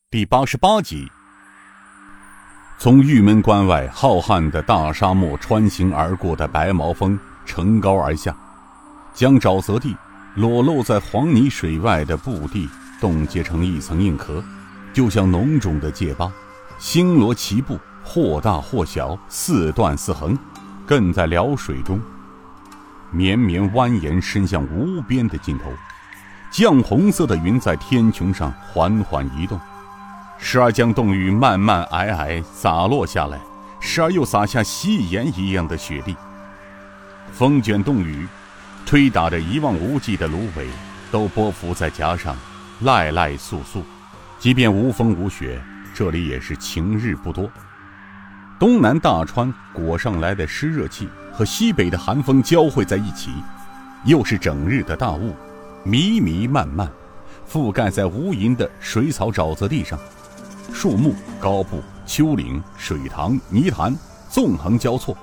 第88集。从玉门关外浩瀚的大沙漠穿行而过的白毛峰乘高而下，将沼泽地裸露在黄泥水外的布地冻结成一层硬壳，就像浓重的戒疤，星罗棋布，或大或小，似断似横，亘在辽水中，绵绵蜿蜒伸向无边的尽头。绛红色的云在天穹上缓缓移动，时而将冻雨慢慢皑皑洒落下来，时而又洒下夕颜一样的雪粒。风卷冻雨，推打着一望无际的芦苇，都波伏在崖上，赖赖簌簌。即便无风无雪，这里也是晴日不多。东南大川裹上来的湿热气和西北的寒风交汇在一起，又是整日的大雾，迷迷漫漫，覆盖在无垠的水草沼泽地上。树木、高布、丘陵、水塘、泥潭纵横交错。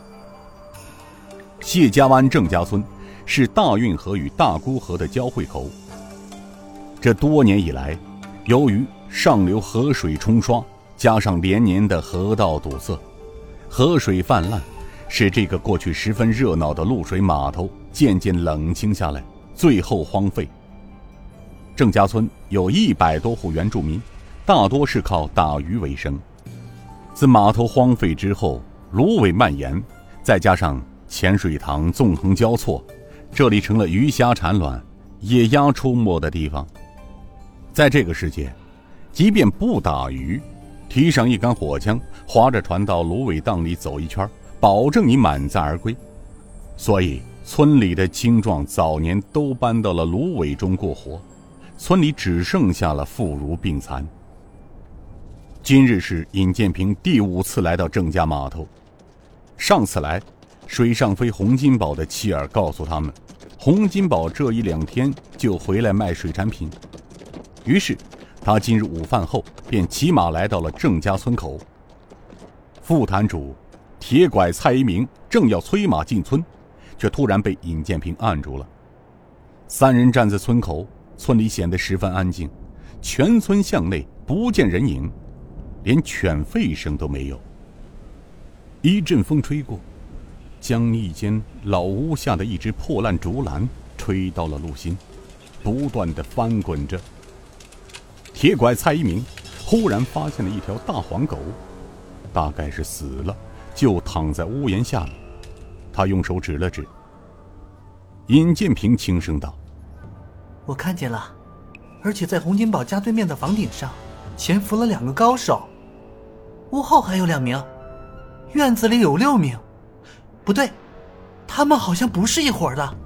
谢家湾郑家村是大运河与大沽河的交汇口。这多年以来，由于上流河水冲刷，加上连年的河道堵塞，河水泛滥，使这个过去十分热闹的露水码头渐渐冷清下来，最后荒废。郑家村有100多户原住民，大多是靠打鱼为生。自码头荒废之后，芦苇蔓延，再加上浅水塘纵横交错，这里成了鱼虾产卵、野鸭出没的地方。在这个世界，即便不打鱼，提上一杆火枪，划着船到芦苇荡里走一圈，保证你满载而归。所以村里的青壮早年都搬到了芦苇中过活，村里只剩下了妇孺病残。今日是尹建平第5次来到郑家码头。上次来，水上飞洪金宝的妻儿告诉他们，洪金宝这1、2天就回来卖水产品。于是他今日午饭后便骑马来到了郑家村口。副坛主铁拐蔡一鸣正要催马进村，却突然被尹建平按住了。3人站在村口，村里显得十分安静，全村巷内不见人影，连犬吠声都没有。一阵风吹过，将一间老屋下的一只破烂竹篮吹到了路心，不断地翻滚着。铁拐蔡一鸣忽然发现了一条大黄狗，大概是死了，就躺在屋檐下面。他用手指了指。尹建平轻声道： 我看见了，而且在洪金宝家对面的房顶上潜伏了2个高手，屋后还有2名，院子里有6名。不对，他们好像不是一伙的。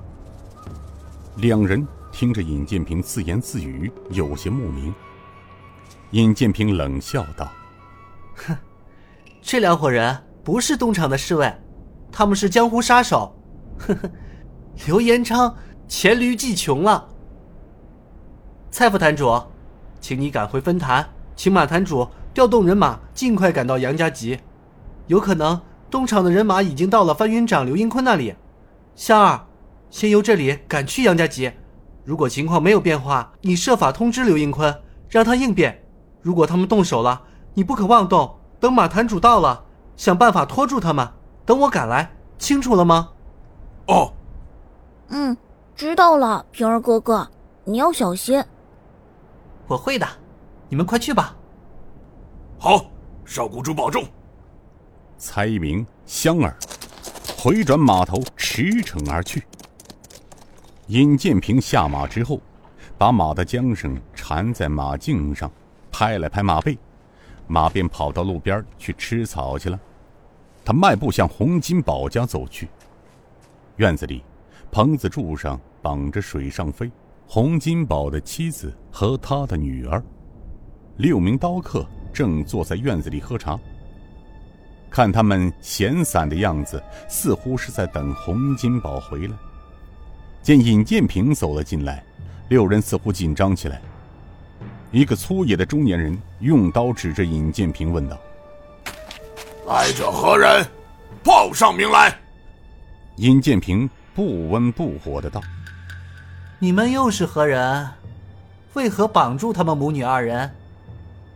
2人听着尹建平自言自语，有些莫名。尹建平冷笑道： 哼，这2伙人不是东厂的侍卫，他们是江湖杀手。呵呵，刘延昌黔驴技穷了。蔡副坛主，请你赶回分坛，请马坛主调动人马，尽快赶到杨家集。有可能东厂的人马已经到了番云长刘英坤那里。香儿，先由这里赶去杨家集，如果情况没有变化，你设法通知刘英坤，让他应变。如果他们动手了，你不可妄动，等马坛主到了，想办法拖住他们，等我赶来，清楚了吗？ 哦。 知道了，平儿哥哥，你要小心。 我会的，你们快去吧。 好，少谷主保重。 蔡一鸣、香儿回转马头，驰骋而去。尹建平下马之后，把马的缰绳缠在马颈上，拍了拍马背，马便跑到路边去吃草去了。他迈步向洪金宝家走去。院子里，棚子柱上绑着水上飞洪金宝的妻子和他的女儿，6名刀客正坐在院子里喝茶。看他们闲散的样子，似乎是在等洪金宝回来。见尹建平走了进来，6人似乎紧张起来。一个粗野的中年人用刀指着尹建平问道： 来者何人？报上名来。 尹建平不温不火的道： 你们又是何人？为何绑住他们母女2人？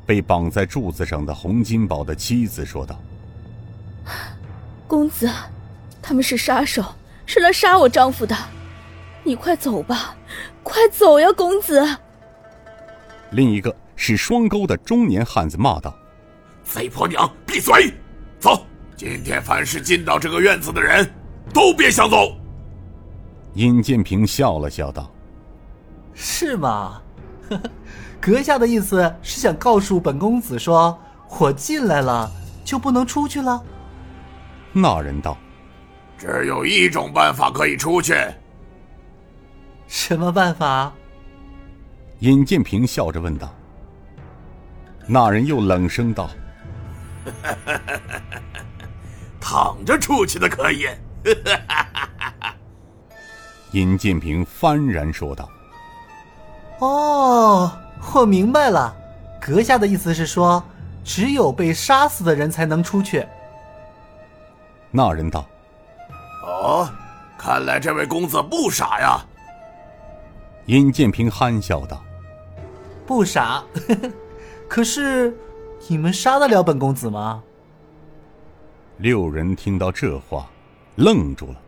被绑在柱子上的洪金宝的妻子说道： 公子，他们是杀手，是来杀我丈夫的，你快走吧，快走呀，公子。 另一个是双钩的中年汉子骂道： 贼婆娘，闭嘴！走，今天凡是进到这个院子的人都别想走。 尹建平笑了笑道： 是吗？阁下的意思是想告诉本公子说，我进来了就不能出去了？ 那人道： 只有一种办法可以出去。 什么办法？ 尹建平笑着问道。那人又冷声道： 躺着出去的可以。 尹建平幡然说道： 哦，我明白了，阁下的意思是说，只有被杀死的人才能出去。 那人道： 哦，看来这位公子不傻呀。 尹建平憨笑道： 不傻。可是你们杀得了本公子吗？ 六人听到这话愣住了。